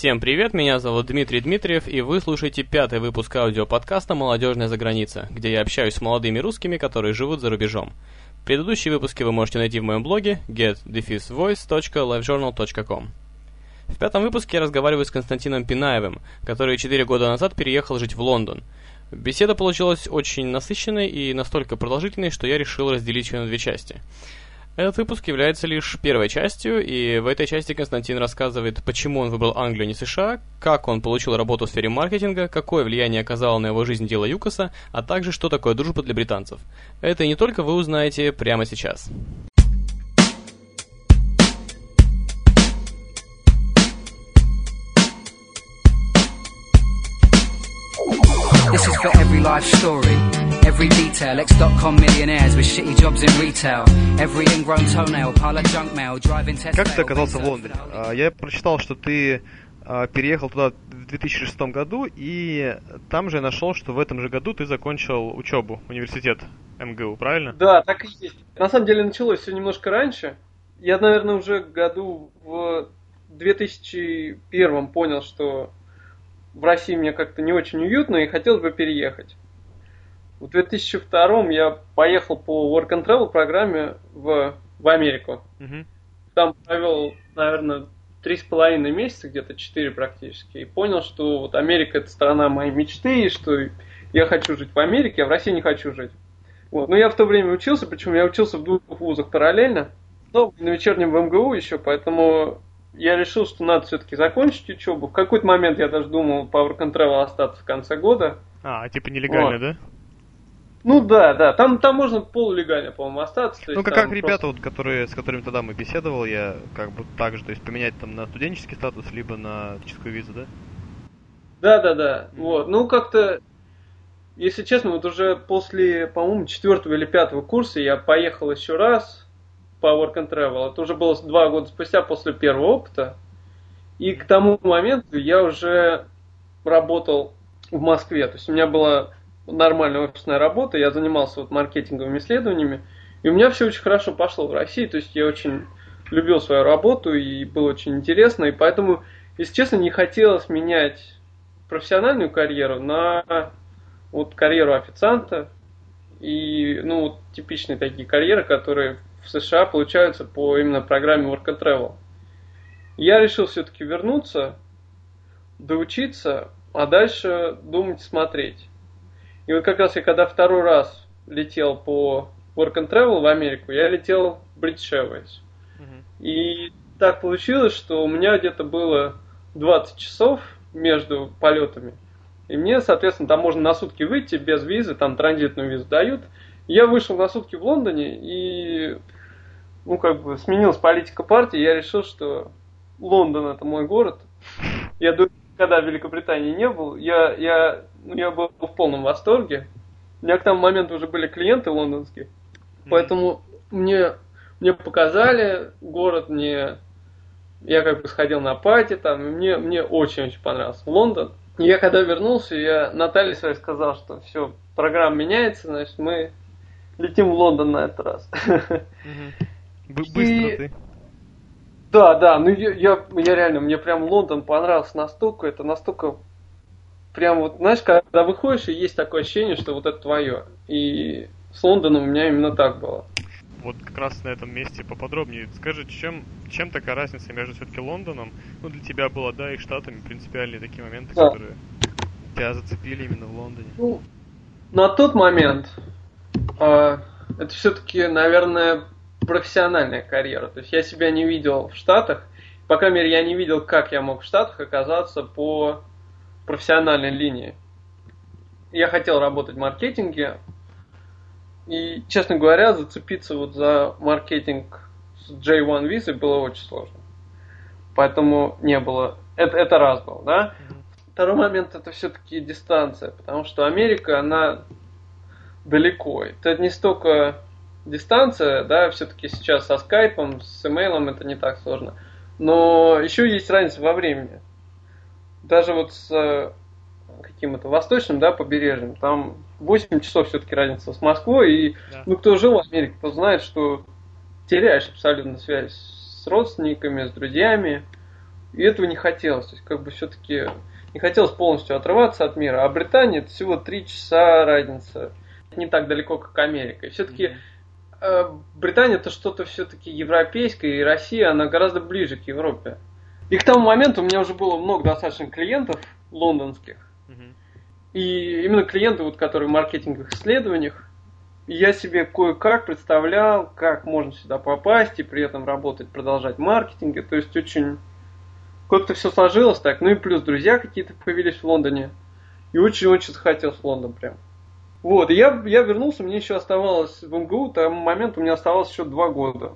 Всем привет, меня зовут Дмитрий Дмитриев, и вы слушаете 5-й выпуск аудиоподкаста «Молодежная заграница», где я общаюсь с молодыми русскими, которые живут за рубежом. Предыдущие выпуски вы можете найти в моем блоге get-voice.livejournal.com. В 5-м выпуске я разговариваю с Константином Пинаевым, который 4 года назад переехал жить в Лондон. Беседа получилась очень насыщенной и настолько продолжительной, что я решил разделить ее на 2 части. Этот выпуск является лишь первой частью, и в этой части Константин рассказывает, почему он выбрал Англию, а не США, как он получил работу в сфере маркетинга, какое влияние оказало на его жизнь дело ЮКОСа, а также что такое дружба для британцев. Это и не только вы узнаете прямо сейчас. This is for every life story, every detail. X.com millionaires with shitty jobs in retail. Every ingrown toenail, pile of junk mail, driving Tesla. Как ты оказался в Лондоне? Я прочитал, что ты переехал туда в 2006 году, и там же я нашел, что в этом же году ты закончил учебу, университет МГУ, правильно? Да, так и есть. На самом деле началось все немножко раньше. Я, наверное, уже году в 2001 понял, что в России мне как-то не очень уютно и хотелось бы переехать. В 2002 я поехал по Work and Travel программе в Америку. Угу. Там провел, наверное, 3,5 месяца, где-то 4 практически. И понял, что вот Америка — это страна моей мечты, и что я хочу жить в Америке, а в России не хочу жить. Вот. Но я в то время учился, причем я учился в 2 вузах параллельно. Но на вечернем в МГУ еще, поэтому я решил, что надо все-таки закончить учебу. В какой-то момент я даже думал по Work and Travel остаться в конце года. Типа нелегально, вот. Да? Ну да. Там можно полулегально, по-моему, остаться. Ну, как ребята, вот, с которыми тогда мы беседовал, я как бы так же, то есть поменять там на студенческий статус, либо на туристическую визу, да? Да. Вот. Ну, как-то, если честно, вот уже после, по-моему, 4-го или 5-го курса я поехал еще раз по Work and Travel. Это уже было 2 года спустя после первого опыта. И к тому моменту я уже работал в Москве. То есть у меня была нормальная офисная работа, я занимался вот маркетинговыми исследованиями. И у меня все очень хорошо пошло в России. То есть я очень любил свою работу и было очень интересно. И поэтому, если честно, не хотелось менять профессиональную карьеру на вот карьеру официанта. И вот типичные такие карьеры, которые в США получаются по именно программе Work and Travel. Я решил все-таки вернуться, доучиться, а дальше думать и смотреть. И вот как раз я когда 2-й раз летел по Work and Travel в Америку, я летел в British Airways. И так получилось, что у меня где-то было 20 часов между полетами. И мне, соответственно, там можно на сутки выйти без визы, там транзитную визу дают. Я вышел на сутки в Лондоне и, сменилась политика партии. Я решил, что Лондон — это мой город. Я когда в Великобритании не был, я был в полном восторге. У меня к тому моменту уже были клиенты лондонские. Поэтому мне показали город, я сходил на пати там, и мне очень-очень понравился Лондон. И я когда вернулся, я Наталье своей сказал, что все, программа меняется, значит, мы летим в Лондон на этот раз. Быстро ты. Да, я реально, мне прям Лондон понравился настолько, это настолько прям вот, знаешь, когда выходишь, и есть такое ощущение, что вот это твое. И с Лондоном у меня именно так было. Вот как раз на этом месте поподробнее. Скажи, чем такая разница между все-таки Лондоном, для тебя было, да, и Штатами, принципиальные такие моменты, да, которые тебя зацепили именно в Лондоне? На тот момент это все-таки, наверное, профессиональная карьера. То есть я себя не видел в Штатах. По крайней мере, я не видел, как я мог в Штатах оказаться по профессиональной линии. Я хотел работать в маркетинге. И, честно говоря, зацепиться вот за маркетинг с J1 визой было очень сложно. Поэтому не было. Это раз был, да? Второй момент — это все-таки дистанция. Потому что Америка, она далеко. Это не столько дистанция, да, все-таки сейчас со скайпом, с имейлом это не так сложно. Но еще есть разница во времени. Даже вот с каким-то восточным, да, побережьем, там 8 часов все-таки разница с Москвой. И кто жил в Америке, тот знает, что теряешь абсолютно связь с родственниками, с друзьями. И этого не хотелось. То есть, как бы все-таки не хотелось полностью отрываться от мира. А Британия это всего 3 часа разница. Не так далеко, как Америка. И все-таки Британия это что-то все-таки европейское, и Россия, она гораздо ближе к Европе. И к тому моменту у меня уже было много достаточно клиентов лондонских. И именно клиенты, вот, которые в маркетинговых исследованиях. И я себе кое-как представлял, как можно сюда попасть и при этом работать, продолжать в маркетинге. То есть очень как-то все сложилось так. Ну и плюс друзья какие-то появились в Лондоне. И очень-очень захотелось в Лондон прям. Вот, и я вернулся, мне еще оставалось в МГУ, к тому моменту у меня оставалось еще 2 года.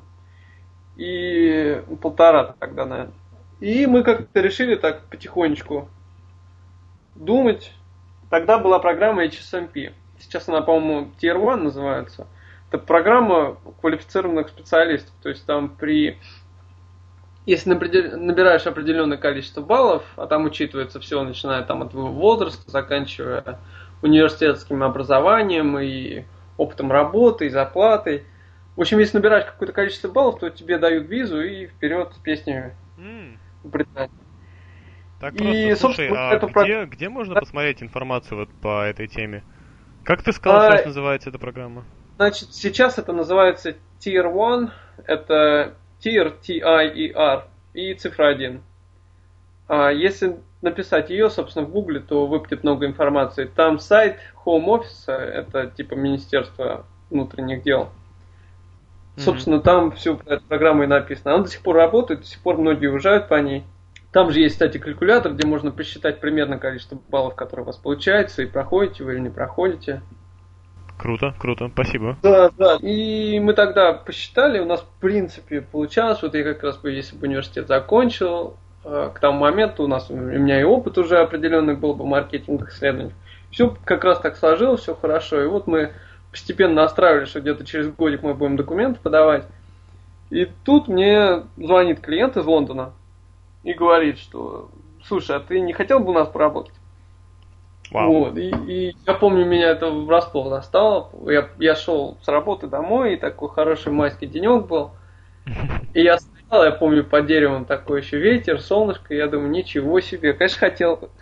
И 1,5 тогда, наверное. И мы как-то решили так потихонечку думать. Тогда была программа HSMP. Сейчас она, по-моему, Tier 1 называется. Это программа квалифицированных специалистов. То есть там если набираешь определенное количество баллов, а там учитывается все, начиная там от возраста, заканчивая университетским образованием и опытом работы, и зарплатой. В общем, если набираешь какое-то количество баллов, то тебе дают визу и вперед с песнями в Британию. Так просто, слушай, а где можно посмотреть информацию вот по этой теме? Как ты сказал, сейчас называется эта программа? Значит, сейчас это называется Tier 1, это Tier, T-I-E-R, и цифра 1. Если написать ее, собственно, в Гугле, то выпадет много информации. Там сайт Home Office, это типа Министерство внутренних дел. Собственно, там все про эту программу и написано. Она до сих пор работает, до сих пор многие уезжают по ней. Там же есть, кстати, калькулятор, где можно посчитать примерно количество баллов, которые у вас получается, и проходите вы или не проходите. Круто, спасибо. Да. И мы тогда посчитали, у нас в принципе получалось, вот я как раз бы, если бы университет закончил, к тому моменту у меня и опыт уже определенный был бы маркетинговых исследований. Все как раз так сложилось, все хорошо. И вот мы постепенно настраивали, что где-то через годик мы будем документы подавать. И тут мне звонит клиент из Лондона и говорит, что слушай, а ты не хотел бы у нас поработать? Вау. Вот, и я помню, меня это врасплох застало. Я шел с работы домой, и такой хороший майский денек был. И я стоял, я помню, под деревом такой еще ветер, солнышко, и я думаю, ничего себе, конечно, хотел бы.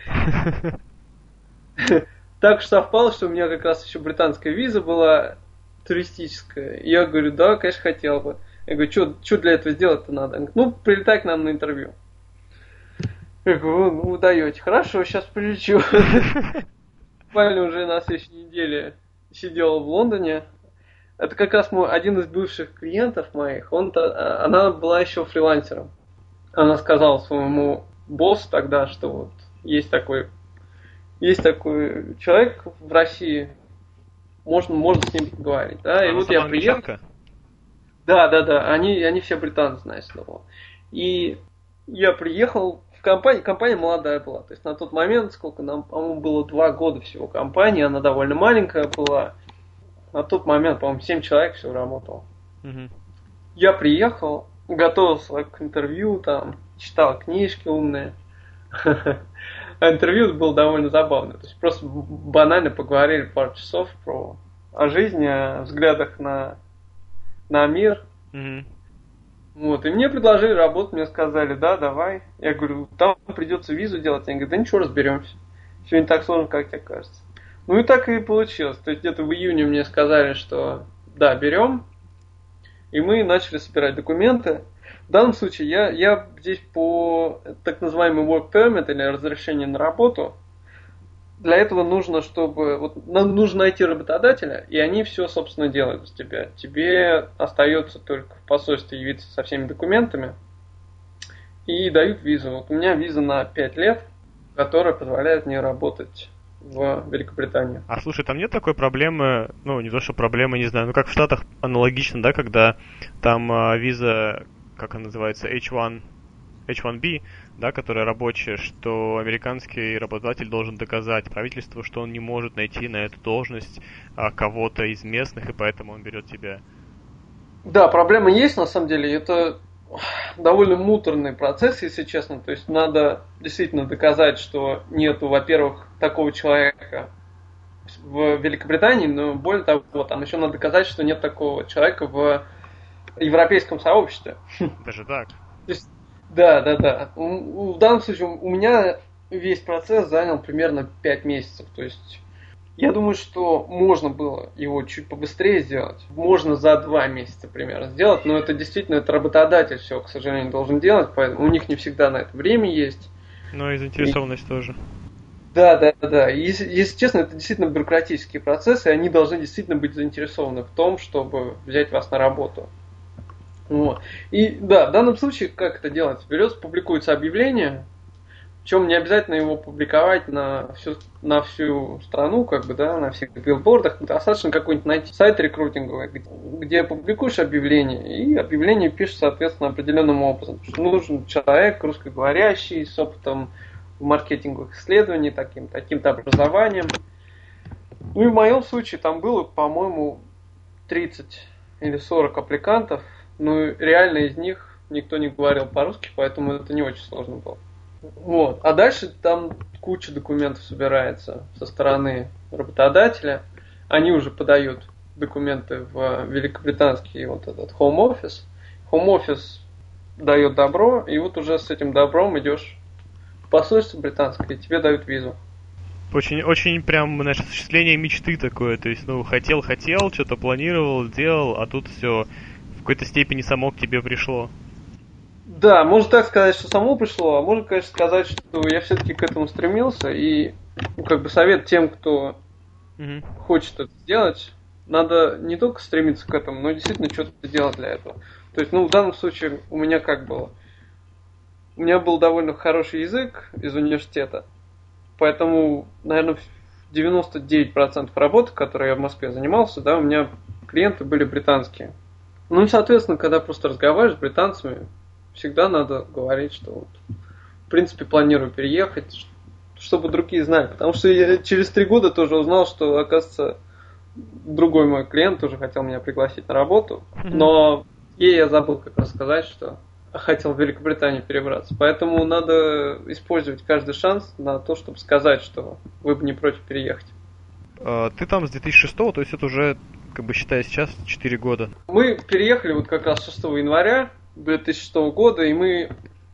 Так уж совпало, что у меня как раз еще британская виза была туристическая. И я говорю, да, конечно, хотел бы. Я говорю, что для этого сделать-то надо? Он говорит, ну, прилетай к нам на интервью. Я говорю, ну, вы даете. Хорошо, сейчас прилечу. Буквально уже на следующей неделе сидел в Лондоне. Это как раз один из бывших клиентов моих. Она была еще фрилансером. Она сказала своему боссу тогда, что вот есть такой человек в России, можно с ним поговорить. Да? И вот я приехал. Да. Они все британцы, знаешь, снова. И я приехал в компанию. Компания молодая была. То есть на тот момент, сколько нам, по-моему, было 2 года всего компании, она довольно маленькая была. На тот момент, по-моему, 7 человек все работало. Я приехал, готовился к интервью, там, читал книжки умные. А интервью было довольно забавное. То есть просто банально поговорили пару часов о жизни, о взглядах на мир. Вот. И мне предложили работать, мне сказали, да, давай. Я говорю, там придется визу делать. Они говорят, да ничего, разберемся. Все не так сложно, как тебе кажется. Ну и так и получилось. То есть где-то в июне мне сказали, что да, берем. И мы начали собирать документы. В данном случае я здесь по так называемый work permit или разрешение на работу. Для этого нужно, нужно найти работодателя, и они все, собственно, делают за тебя. Тебе остается только в посольстве явиться со всеми документами и дают визу. Вот у меня виза на 5 лет, которая позволяет мне работать в Великобритании. А слушай, там нет такой проблемы, ну не то что проблема, не знаю, ну как в Штатах аналогично, да, когда там виза, как она называется, H1B, да, которая рабочая, что американский работодатель должен доказать правительству, что он не может найти на эту должность кого-то из местных, и поэтому он берет тебя. Да, проблема есть на самом деле. Это довольно муторный процесс, если честно. То есть надо действительно доказать, что нету, во-первых, такого человека в Великобритании, но более того, там еще надо доказать, что нет такого человека в европейском сообществе. Даже так? То есть, Да. В данном случае у меня весь процесс занял примерно 5 месяцев. То есть я думаю, что можно было его чуть побыстрее сделать. Можно за 2 месяца примерно сделать, но это действительно это работодатель все, к сожалению, должен делать, поэтому у них не всегда на это время есть. Ну и заинтересованность тоже. Да. Если честно, это действительно бюрократический процесс, и они должны действительно быть заинтересованы в том, чтобы взять вас на работу. Вот. И да, в данном случае, как это делается? Берется, публикуется объявление, причем не обязательно его публиковать на всю страну, как бы, да, на всех билбордах. Достаточно какой-нибудь найти сайт рекрутинговый, где публикуешь объявление, и объявление пишешь, соответственно, определенным образом. Что нужен человек русскоговорящий, с опытом в маркетинговых исследований, таким-то образованием. Ну и в моем случае там было, по-моему, 30 или 40 аппликантов, но реально из них никто не говорил по-русски, поэтому это не очень сложно было. Вот. А дальше там куча документов собирается со стороны работодателя. Они уже подают документы в великобританский вот этот Home Office. Home Office дает добро, и вот уже с этим добром идешь в посольство британское, и тебе дают визу. Очень прям, знаешь, осуществление мечты такое. То есть, хотел, что-то планировал, делал, а тут все в какой-то степени само к тебе пришло. Да, можно так сказать, что само пришло, а можно, конечно, сказать, что я все-таки к этому стремился, и совет тем, кто хочет это сделать, надо не только стремиться к этому, но действительно что-то делать для этого. То есть, в данном случае у меня как было? У меня был довольно хороший язык из университета, поэтому, наверное, 99% работы, которой я в Москве занимался, да, у меня клиенты были британские. Ну и, соответственно, когда просто разговариваешь с британцами, всегда надо говорить, что в принципе планирую переехать, чтобы другие знали. Потому что я через 3 года тоже узнал, что, оказывается, другой мой клиент тоже хотел меня пригласить на работу, но ей я забыл как раз сказать, что хотел в Великобританию перебраться. Поэтому надо использовать каждый шанс на то, чтобы сказать, что вы бы не против переехать. Ты там с 2006, то есть это уже, считай, сейчас 4 года. Мы переехали вот как раз 6 января 2006 года, и мы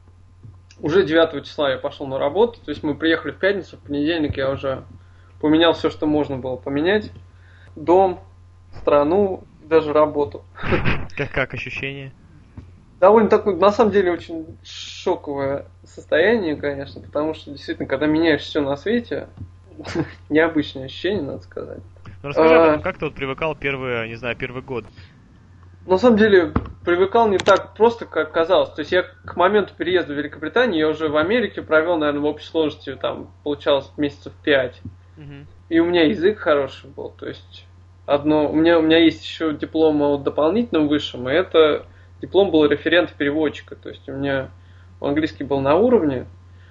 уже 9 числа я пошел на работу, то есть мы приехали в пятницу, в понедельник я уже поменял все, что можно было поменять. Дом, страну, даже работу. Как ощущение? Довольно такое, на самом деле, очень шоковое состояние, конечно, потому что действительно, когда меняешь все на свете, необычное ощущение, надо сказать. Ну расскажи об этом, как ты привыкал первый год? На самом деле, привыкал не так просто, как казалось. То есть я к моменту переезда в Великобританию, я уже в Америке провел, наверное, в общей сложности, там, получалось месяцев 5. И у меня язык хороший был. То есть у меня есть еще диплом о дополнительном высшем, и это диплом был референт-переводчика. То есть у меня английский был на уровне.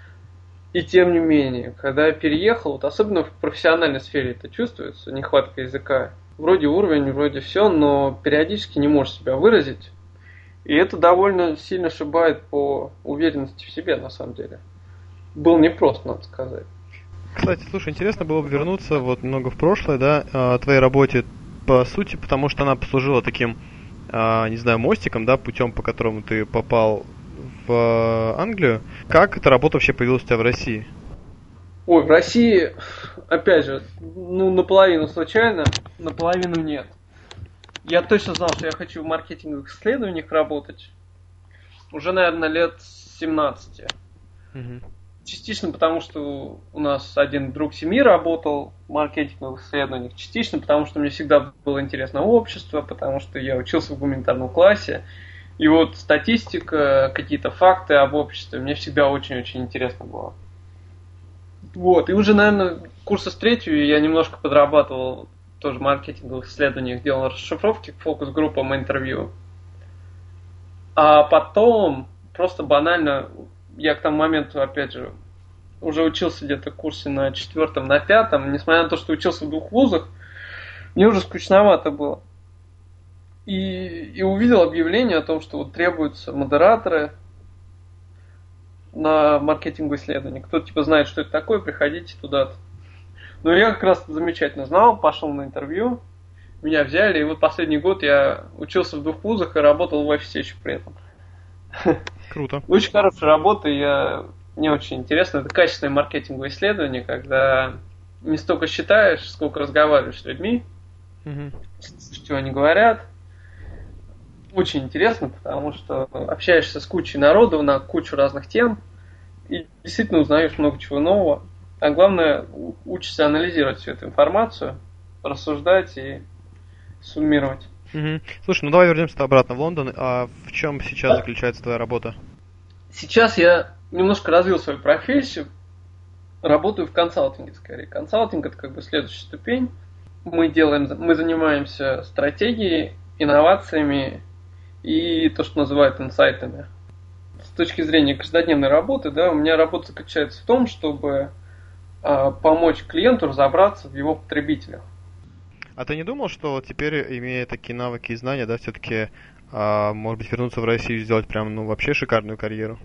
И тем не менее, когда я переехал, вот особенно в профессиональной сфере это чувствуется, нехватка языка. Вроде уровень, вроде все, но периодически не можешь себя выразить. И это довольно сильно шибает по уверенности в себе, на самом деле. Было непросто, надо сказать. Кстати, слушай, интересно было бы вернуться вот немного в прошлое, да, твоей работе, по сути, потому что она послужила таким, не знаю, мостиком, да, путем, по которому ты попал в Англию. Как эта работа вообще появилась у тебя в России? Ой, в России, опять же, наполовину случайно, наполовину нет. Я точно знал, что я хочу в маркетинговых исследованиях работать. Уже, наверное, лет 17. Частично потому, что у нас один друг семьи работал в маркетинговых исследованиях. Частично потому, что мне всегда было интересно общество, потому что я учился в гуманитарном классе. И вот статистика, какие-то факты об обществе мне всегда очень-очень интересно было. Вот, и уже, наверное, курса с 3 я немножко подрабатывал тоже в маркетинговых исследованиях, делал расшифровки к фокус-группам интервью. А потом, просто банально, я к тому моменту, опять же, уже учился где-то в курсе на 4-м, на 5-м, несмотря на то, что учился в 2 вузах, мне уже скучновато было. И увидел объявление о том, что вот требуются модераторы на маркетинговые исследования. Кто-то знает, что это такое, приходите туда-то. Но я как раз замечательно знал, пошел на интервью, меня взяли, и вот последний год я учился в 2 вузах и работал в офисе еще при этом. Круто. Очень хорошая работа, мне очень интересно. Это качественное маркетинговое исследование, когда не столько считаешь, сколько разговариваешь с людьми, что они говорят. Очень интересно, потому что общаешься с кучей народу на кучу разных тем и действительно узнаешь много чего нового. А главное, учишься анализировать всю эту информацию, рассуждать и суммировать. Слушай, ну давай вернемся обратно в Лондон. А в чем сейчас заключается твоя работа? Сейчас я немножко развил свою профессию. Работаю в консалтинге скорее. Консалтинг — это как бы следующая ступень. Мы занимаемся стратегией, инновациями и то, что называют инсайтами. С точки зрения каждодневной работы, да, у меня работа заключается в том, чтобы помочь клиенту разобраться в его потребителях. А ты не думал, что теперь, имея такие навыки и знания, да, все-таки, может быть, вернуться в Россию и сделать прям, ну, вообще шикарную карьеру?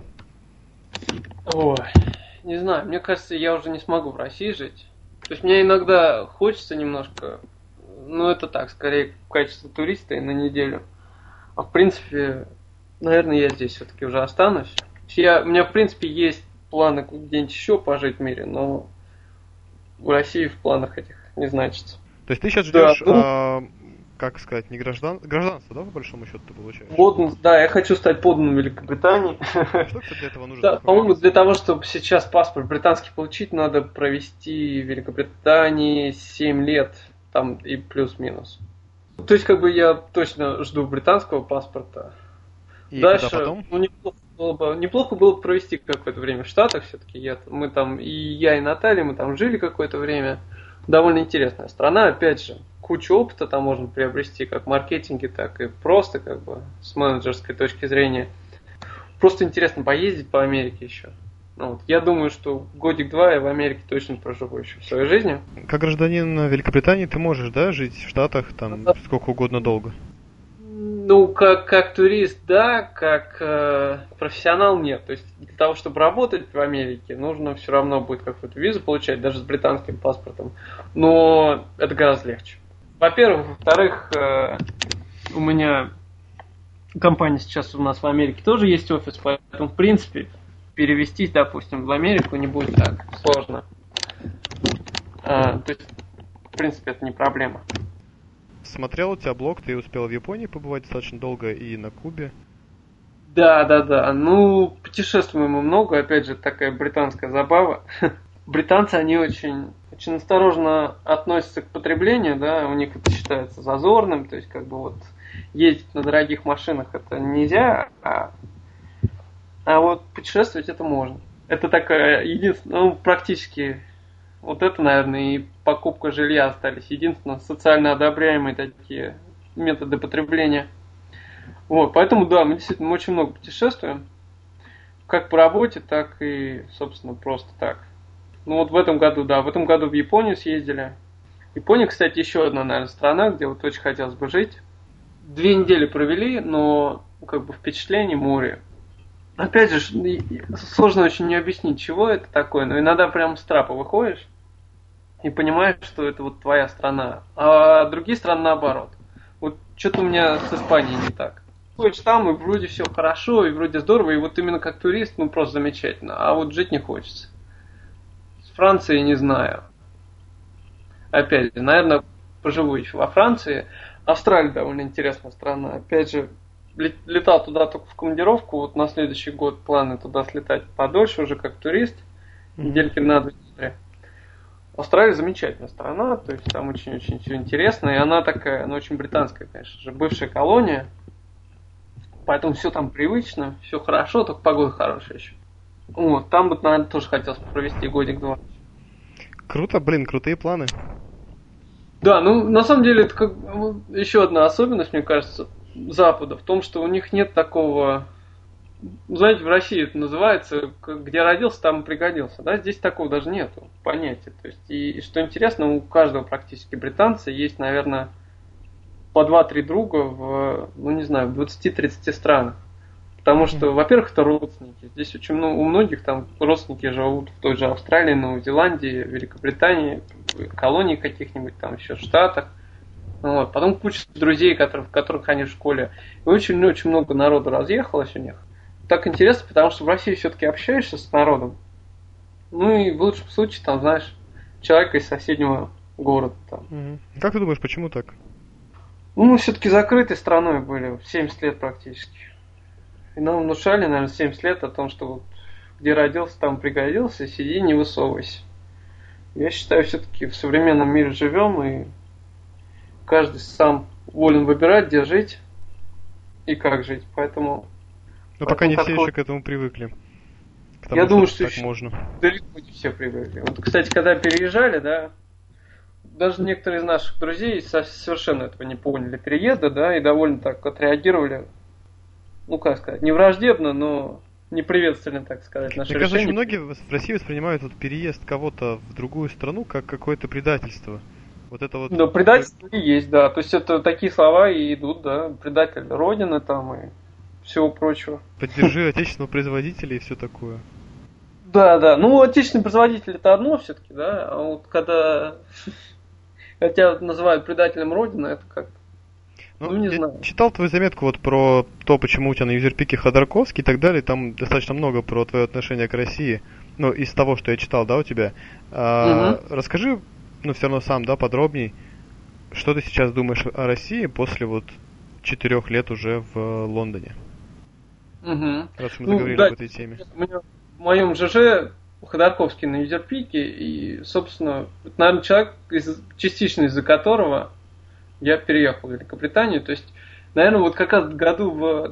Ой, не знаю, мне кажется, я уже не смогу в России жить. То есть мне иногда хочется немножко, ну, это так, скорее в качестве туриста и на неделю. А в принципе, наверное, я здесь все-таки уже останусь. У меня, в принципе, есть планы где-нибудь еще пожить в мире, но в России в планах этих не значится. То есть ты сейчас ждешь, как сказать, не гражданство, да, по большому счету ты получаешь? Да, я хочу стать подданным Великобритании. Что, кстати, для этого нужно? Да, по-моему, для того, чтобы сейчас паспорт британский получить, надо провести в Великобритании 7 лет, там и плюс-минус. То есть, как бы я точно жду британского паспорта. И дальше, потом? Ну, неплохо было бы провести какое-то время в Штатах все-таки. Мы там, и я, и Наталья, мы там жили какое-то время. Довольно интересная страна, опять же, кучу опыта там можно приобрести, как в маркетинге, так и просто, как бы, с менеджерской точки зрения. Просто интересно поездить по Америке еще. Ну, вот, я думаю, что годик-два я в Америке точно проживу еще в своей жизни. Как гражданин Великобритании ты можешь, да, жить в Штатах там сколько угодно долго? Ну, как турист, да, как профессионал нет. То есть для того, чтобы работать в Америке, нужно все равно будет какую-то визу получать, даже с британским паспортом. Но это гораздо легче. Во-первых. Во-вторых, у меня компания сейчас у нас в Америке тоже есть офис, поэтому, в принципе, перевестись, допустим, в Америку не будет так сложно. То есть, в принципе, это не проблема. Смотрел у тебя блог, ты успел в Японии побывать достаточно долго и на Кубе. Да. Ну, путешествуем мы много, опять же, такая британская забава. Британцы, они очень осторожно относятся к потреблению, да, у них это считается зазорным, то есть, как бы вот ездить на дорогих машинах это нельзя, а вот путешествовать это можно. Это такая единственная, ну, практически, вот это, наверное, и покупка жилья остались единственно социально одобряемые такие методы потребления. Вот, поэтому, да, мы действительно очень много путешествуем, как по работе, так и, собственно, просто так. Ну вот в этом году в Японию съездили. Япония, кстати, еще одна, наверное, страна, где вот очень хотелось бы жить. 2 недели провели, но как бы впечатление море. Опять же, сложно очень не объяснить, чего это такое, но иногда прям с трапа выходишь и понимаешь, что это вот твоя страна, а другие страны наоборот. Вот что-то у меня с Испанией не так. Ходишь там, и вроде все хорошо, и вроде здорово, и вот именно как турист, ну просто замечательно, а вот жить не хочется. С Францией не знаю. Опять же, наверное, поживу еще во Франции. Австралия довольно интересная страна. Опять же, летал туда только в командировку, вот на следующий год планы туда слетать подольше, уже как турист, недельки на 2. Австралия замечательная страна, то есть там очень-очень все интересно, и она такая, она очень британская, конечно же, бывшая колония, поэтому все там привычно, все хорошо, только погода хорошая еще. Вот, там бы, наверное, тоже хотелось провести годик-два. Круто, блин, крутые планы. Да, ну, на самом деле, это как еще одна особенность, мне кажется, Запада, в том, что у них нет такого, знаете, в России это называется, где родился, там и пригодился, да, здесь такого даже нету понятия, то есть, и что интересно, у каждого практически британца есть, наверное, по 2-3 друга в, ну, не знаю, в 20-30 странах, потому что, во-первых, это родственники, здесь очень много, у многих там родственники живут в той же Австралии, Новой Зеландии, Великобритании, колонии каких-нибудь там еще, Штатах. Вот. Потом куча друзей, которых они в школе. И очень-очень много народу разъехалось у них. так интересно, потому что в России все-таки общаешься с народом. Ну и в лучшем случае, там, знаешь, человека из соседнего города. Там. Как ты думаешь, почему так? Ну, мы все-таки закрытой страной были, 70 лет практически. И нам внушали, наверное, 70 лет о том, что вот где родился, там пригодился, сиди, не высовывайся. Я считаю, все-таки в современном мире живем, и каждый сам волен выбирать, где жить и как жить. Поэтому... Но пока не все еще к этому привыкли. К тому, я думаю, что так можно. Далеко не все привыкли. Вот, кстати, когда переезжали, да, даже некоторые из наших друзей совершенно этого не поняли переезда, да, и довольно так отреагировали, ну, как сказать, не враждебно, но не приветствовали, так сказать, наше Мне кажется, решение. очень многие в России воспринимают вот переезд кого-то в другую страну как какое-то предательство. Вот это вот... Но предательство и есть, да. То есть это такие слова и идут, да, предатель Родины там и всего прочего. Поддержи отечественного производителя и все такое. Да, да. Ну, отечественный производитель это одно все-таки, да. А вот когда тебя называют предателем Родины, это как... Ну, не я знаю. Читал твою заметку вот про то, почему у тебя на юзерпике Ходорковский и так далее. Там достаточно много про твое отношение к России. Ну, из того, что я читал, да, у тебя. Расскажи, ну, все равно сам, да, подробней, что ты сейчас думаешь о России после вот 4 лет уже в Лондоне? Раз мы заговорили об этой теме. В моем ЖЖ Ходорковский на юзерпике, и, собственно, это, наверное, человек, частично из-за которого я переехал в Великобританию. То есть, наверное, вот как раз в году в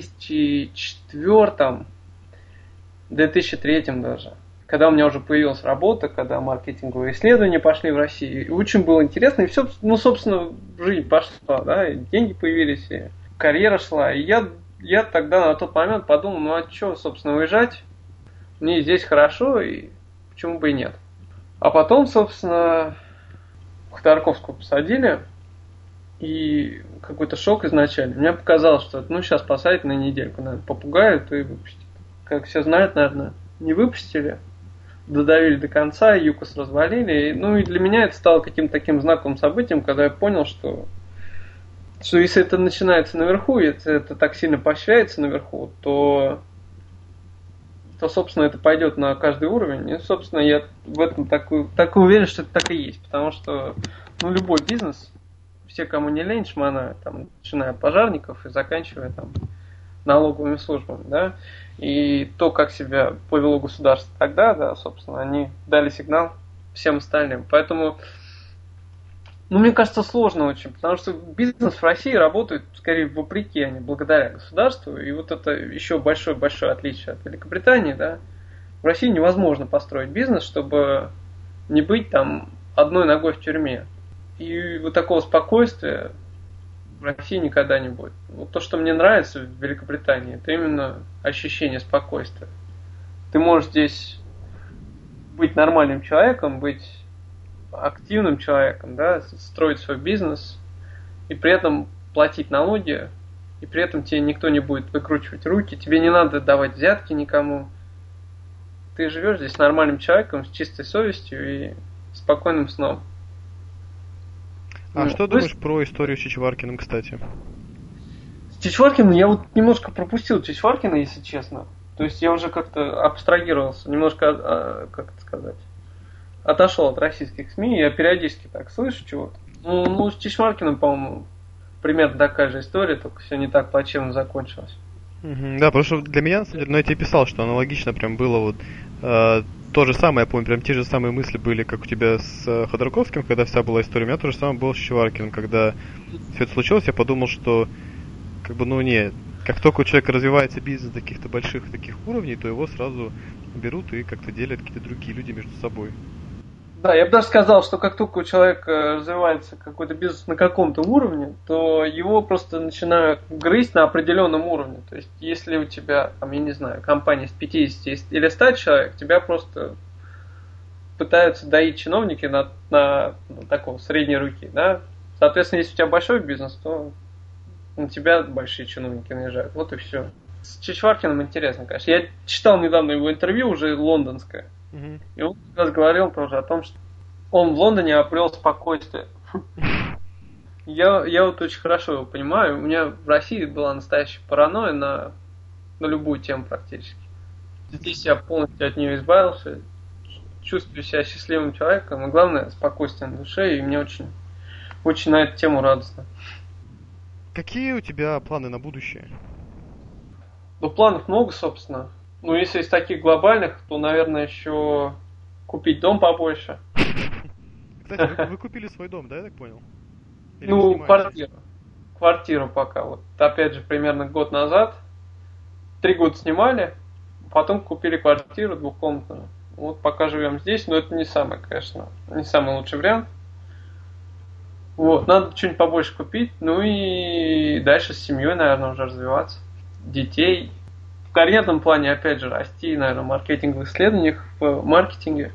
2004-2003 даже, когда у меня уже появилась работа, когда маркетинговые исследования пошли в Россию, и очень было интересно, и все, ну, собственно, жизнь пошла, да, и деньги появились, и карьера шла. И я тогда на тот момент подумал, ну а что, собственно, уезжать? Мне здесь хорошо, и почему бы и нет. А потом, собственно, Ходорковского посадили, и какой-то шок изначально. Мне показалось, что ну сейчас посадят на недельку, наверное, попугают и выпустят. Как все знают, наверное, не выпустили, додавили до конца, ЮКОС развалили. Ну и для меня это стало каким-то таким знаковым событием, когда я понял, что если это начинается наверху, и это так сильно поощряется наверху, то собственно, это пойдет на каждый уровень. И, собственно, я в этом так уверен, что это так и есть. Потому что ну, любой бизнес, все, кому не лень, шмана, там, начиная от пожарников и заканчивая там, налоговыми службами, да, и то, как себя повело государство тогда, да, собственно, они дали сигнал всем остальным. Поэтому, ну, мне кажется, сложно очень, потому что бизнес в России работает скорее вопреки, а не благодаря государству, и вот это еще большое-большое отличие от Великобритании, да. В России невозможно построить бизнес, чтобы не быть там одной ногой в тюрьме. И вот такого спокойствия в России никогда не будет. Вот то, что мне нравится в Великобритании, это именно ощущение спокойствия. Ты можешь здесь быть нормальным человеком, быть активным человеком, да, строить свой бизнес, и при этом платить налоги, и при этом тебе никто не будет выкручивать руки, тебе не надо давать взятки никому. Ты живешь здесь нормальным человеком, с чистой совестью и спокойным сном. А что думаешь про историю с Чичваркиным, кстати? С Чичваркиным я вот немножко пропустил Чичваркина, если честно. То есть я уже как-то абстрагировался, немножко, как это сказать, отошел от российских СМИ. Я периодически так слышу чего-то. Ну, с Чичваркиным, по-моему, примерно такая же история, только все не так плачевно закончилось. Да, потому что для меня, на самом деле, ну, я тебе писал, что аналогично прям было вот то же самое, я помню, прям те же самые мысли были, как у тебя с Ходорковским, когда вся была история. У меня то же самое было с Чичваркиным, когда все это случилось, я подумал, что как бы, ну, не, как только у человека развивается бизнес до каких-то больших таких уровней, то его сразу берут и как-то делят какие-то другие люди между собой. Да, я бы даже сказал, что как только у человека развивается какой-то бизнес на каком-то уровне, то его просто начинают грызть на определенном уровне. То есть, если у тебя, там, я не знаю, компания с 50 или 100 человек, тебя просто пытаются доить чиновники на такого средней руки, да. Соответственно, если у тебя большой бизнес, то на тебя большие чиновники наезжают. Вот и все. С Чичваркиным интересно, конечно. Я читал недавно его интервью, уже лондонское. И он как раз говорил тоже о том, что он в Лондоне обрел спокойствие. Я вот очень хорошо его понимаю. У меня в России была настоящая паранойя на на любую тему практически. Здесь я полностью от нее избавился, чувствую себя счастливым человеком, и главное, спокойствие на душе, и мне очень, очень на эту тему радостно. Какие у тебя планы на будущее? Ну, планов много, собственно. Ну, если из таких глобальных, то, наверное, еще купить дом побольше. Кстати, вы купили свой дом, да, я так понял? Или ну, квартиру пока. Вот, опять же, примерно год назад. 3 года снимали, потом купили квартиру двухкомнатную. Вот пока живем здесь, но это не самый, конечно, не самый лучший вариант. Вот, надо что-нибудь побольше купить, ну и дальше с семьей, наверное, уже развиваться. Детей. В карьерном плане, опять же, расти, наверное, в маркетинговых исследованиях, в маркетинге.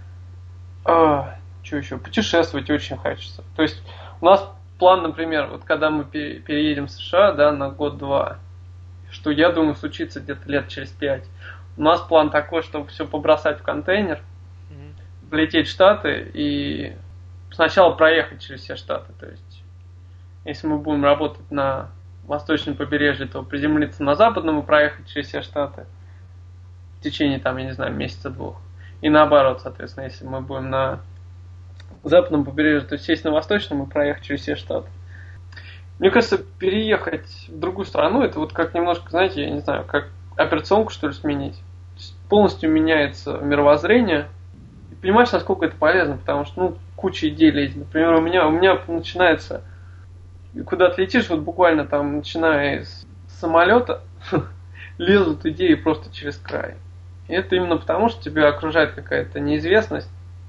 Что еще? Путешествовать очень хочется. То есть у нас план, например, вот когда мы переедем в США, да, на год-два, что я думаю случится где-то лет через 5. У нас план такой, чтобы все побросать в контейнер, полететь в Штаты и сначала проехать через все Штаты. То есть, если мы будем работать на восточном побережье, то приземлиться на западном и проехать через все Штаты в течение, там, я не знаю, месяца-2. И наоборот, соответственно, если мы будем на западном побережье, то сесть на восточном и проехать через все Штаты. Мне кажется, переехать в другую страну, это вот как немножко, знаете, я не знаю, как операционку, что ли, сменить. То есть полностью меняется мировоззрение. И понимаешь, насколько это полезно, потому что, ну, куча идей лезет. Например, у меня начинается, куда ты летишь, вот буквально там, начиная с самолета, лезут идеи просто через край. И это именно потому, что тебя окружает какая-то неизвестность.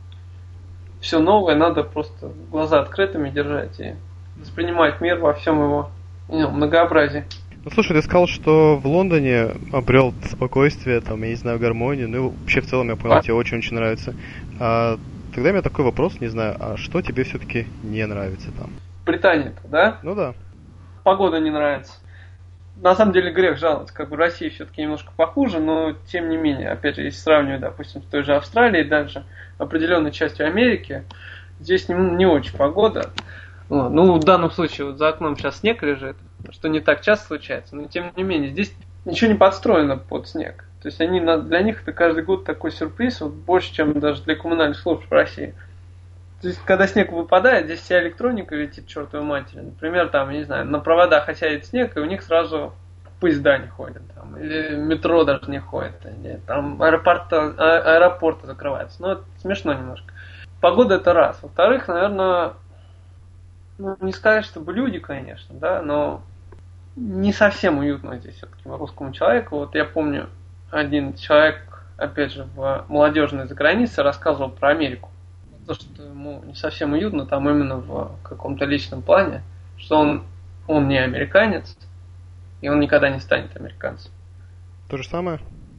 Все новое надо просто глаза открытыми держать и воспринимать мир во всем его многообразии. Ну слушай, ты сказал, что в Лондоне обрел спокойствие, там, я не знаю, гармонию, ну вообще в целом я понял, тебе очень-очень нравится. Тогда у меня такой вопрос, не знаю, а что тебе все-таки не нравится там? Британия-то, да? Ну да. Погода не нравится. На самом деле грех жаловаться, как бы Россия все-таки немножко похуже, но тем не менее, опять же, если сравнивать, допустим, с той же Австралией, даже определенной частью Америки, здесь не очень погода. Ну, в данном случае вот за окном сейчас снег лежит, что не так часто случается, но тем не менее, здесь ничего не подстроено под снег. То есть для них это каждый год такой сюрприз, вот больше, чем даже для коммунальных служб в России. То есть, когда снег выпадает, здесь вся электроника летит к чертовой матери. Например, там, я не знаю, на проводах осядет снег, и у них сразу поезда не ходят, там, или метро даже не ходит, или там аэропорты закрываются. Ну, это смешно немножко. Погода это раз. Во-вторых, наверное, не сказать, чтобы люди, конечно, да, но не совсем уютно здесь все-таки русскому человеку. Вот я помню, один человек, опять же, в молодежной загранице рассказывал про Америку. То, что ему не совсем уютно, там именно в каком-то личном плане, что он не американец, и он никогда не станет американцем. То же самое?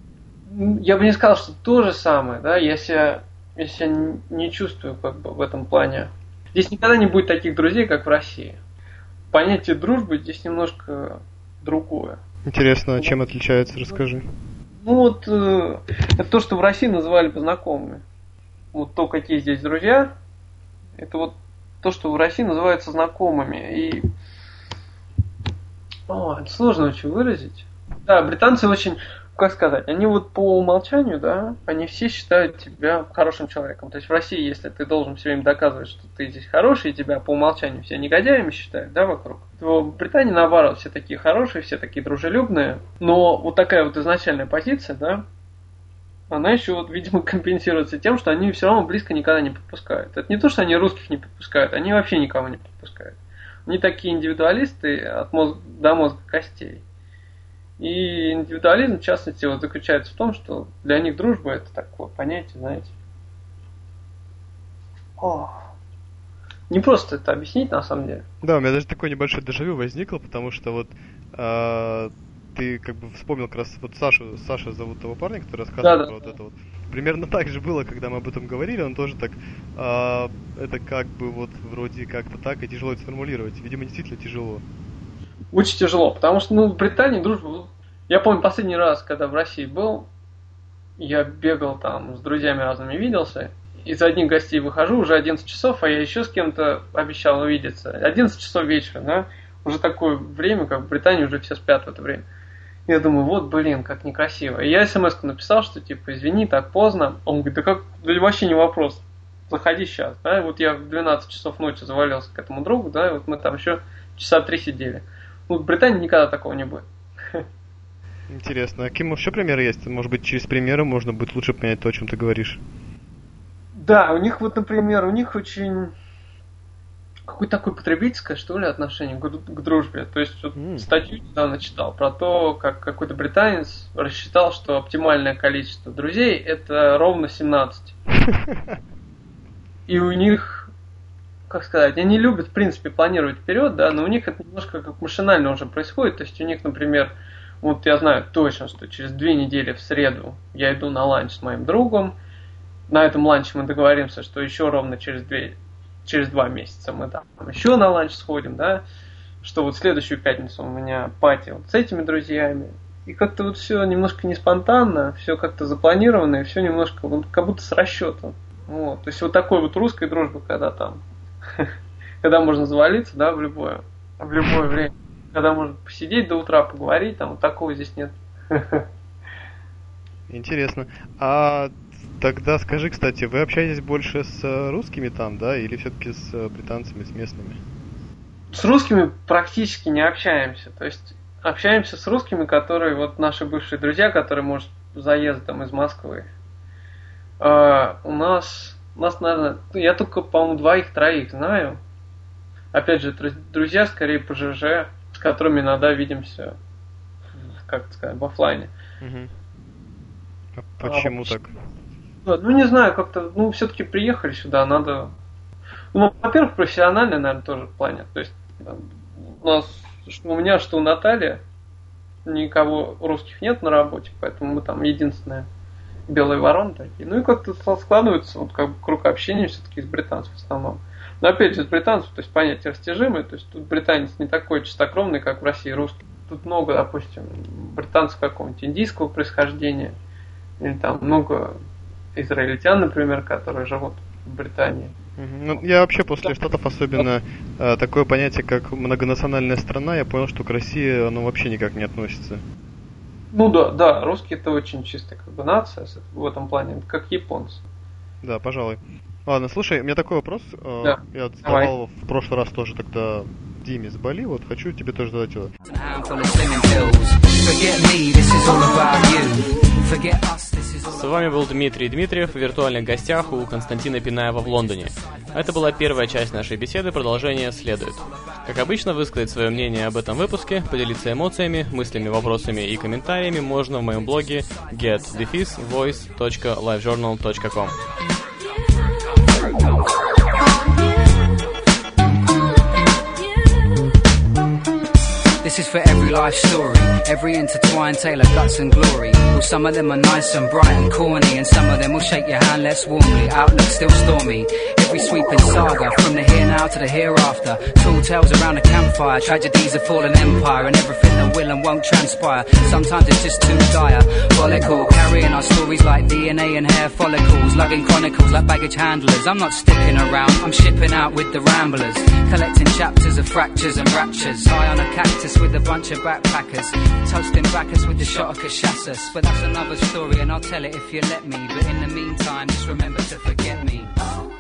Я бы не сказал, что то же самое, да, я себя не чувствую как бы в этом плане. Здесь никогда не будет таких друзей, как в России. Понятие дружбы здесь немножко другое. Интересно, а чем отличается, расскажи. Ну вот, это то, что в России называли бы знакомыми. Вот то, какие здесь друзья, это вот то, что в России называется знакомыми. И это сложно очень выразить. Да, британцы очень, как сказать, они вот по умолчанию, да, они все считают тебя хорошим человеком. То есть в России, если ты должен все время доказывать, что ты здесь хороший, и тебя по умолчанию все негодяями считают, да, вокруг, то в Британии наоборот, все такие хорошие, все такие дружелюбные. Но вот такая вот изначальная позиция, да, она еще, вот, видимо, компенсируется тем, что они все равно близко никогда не подпускают. Это не то, что они русских не подпускают, они вообще никого не подпускают. Они такие индивидуалисты от мозга до мозга костей. И индивидуализм, в частности, вот заключается в том, что для них дружба это такое понятие, знаете. Не просто это объяснить, на самом деле. Да, у меня даже такое небольшое дежавю возникло, потому что вот ты как бы вспомнил как раз вот Саша зовут того парня, который рассказывал про вот это вот. Примерно так же было, когда мы об этом говорили, он тоже так, это как бы вот вроде как-то так, и тяжело это сформулировать. Видимо, действительно тяжело. Очень тяжело, потому что, в Британии дружба... Я помню, последний раз, когда в России был, я бегал там с друзьями разными, виделся, из одних гостей выхожу, уже 11 часов, а я еще с кем-то обещал увидеться. 11 часов вечера, да, уже такое время, как в Британии, уже все спят в это время. Я думаю, вот, блин, как некрасиво. И я смс-ку написал, что, типа, извини, так поздно. Он говорит, да как, да вообще не вопрос. Заходи сейчас, да. И вот я в 12 часов ночи завалился к этому другу, да, и вот мы там еще часа 3 сидели. Ну, в Британии никогда такого не будет. Интересно. А какие еще примеры есть? Может быть, через примеры можно будет лучше понять то, о чем ты говоришь? Да, у них вот, например, у них очень какое-то такое потребительское, что ли, отношение к дружбе. То есть вот статью недавно читал про то, как какой-то британец рассчитал, что оптимальное количество друзей это ровно 17. И у них, как сказать, они любят, в принципе, планировать вперед, да, но у них это немножко как машинально уже происходит. То есть у них, например, вот я знаю точно, что через 2 недели в среду я иду на ланч с моим другом. На этом ланче мы договоримся, что еще ровно через 2 месяца мы там еще на ланч сходим, да, что вот в следующую пятницу у меня пати вот с этими друзьями. И как-то вот все немножко не спонтанно, все как-то запланировано, и все немножко вот, как будто с расчетом. Вот. То есть вот такой вот русской дружбы, когда там, когда можно завалиться, да, в любое время, когда можно посидеть до утра, поговорить, там вот такого здесь нет. Интересно. А тогда скажи, кстати, вы общаетесь больше с русскими там, да, или все-таки с британцами, с местными? С русскими практически не общаемся. То есть общаемся с русскими, которые вот наши бывшие друзья, которые, может, заездом из Москвы. У нас, наверное, я только, по-моему, 2-3 знаю. Опять же, друзья скорее по ЖЖ, с которыми иногда видимся, как сказать, в офлайне. А почему так? Ну, не знаю, как-то, ну, все-таки приехали сюда, надо... Ну, во-первых, профессионально, наверное, тоже в плане. То есть, у нас, что у меня, что у Натальи, никого русских нет на работе, поэтому мы там единственные белые вороны такие. Ну, и как-то складывается, вот, как бы, круг общения все-таки с британцев в основном. Но, опять же, с британцев, то есть, понятие растяжимое, то есть, тут британец не такой чистокровный, как в России русский. Тут много, допустим, британцев какого-нибудь индийского происхождения, или там много израильтян, например, которые живут в Британии. Ну, я вообще после Штатов, особенно такое понятие, как многонациональная страна, я понял, что к России оно вообще никак не относится. Ну да, русские это очень чистая как бы нация в этом плане, как японцы. Да, пожалуй. Ладно, слушай, у меня такой вопрос. Да. Я задавал в прошлый раз тоже тогда Диме с Бали, вот хочу тебе тоже задать его. С вами был Дмитрий Дмитриев в виртуальных гостях у Константина Пинаева в Лондоне. Это была первая часть нашей беседы, продолжение следует. Как обычно, высказать свое мнение об этом выпуске, поделиться эмоциями, мыслями, вопросами и комментариями можно в моем блоге get-voice.livejournal.com. This is for every life story, every intertwined tale of guts and glory. Well, some of them are nice and bright and corny, and some of them will shake your hand less warmly. Outlook still stormy, every sweeping saga, from the here now to the hereafter. Tall tales around a campfire, tragedies of fallen empire, and everything that will and won't transpire. Sometimes it's just too diabolical, carrying our stories like DNA and hair follicles, lugging chronicles like baggage handlers. I'm not sticking around, I'm shipping out with the ramblers, collecting chapters of fractures and raptures, high on a cactus with a bunch of backpackers, toasting backers with the shot of cachaças. But that's another story and I'll tell it if you let me. But in the meantime, just remember to forget me.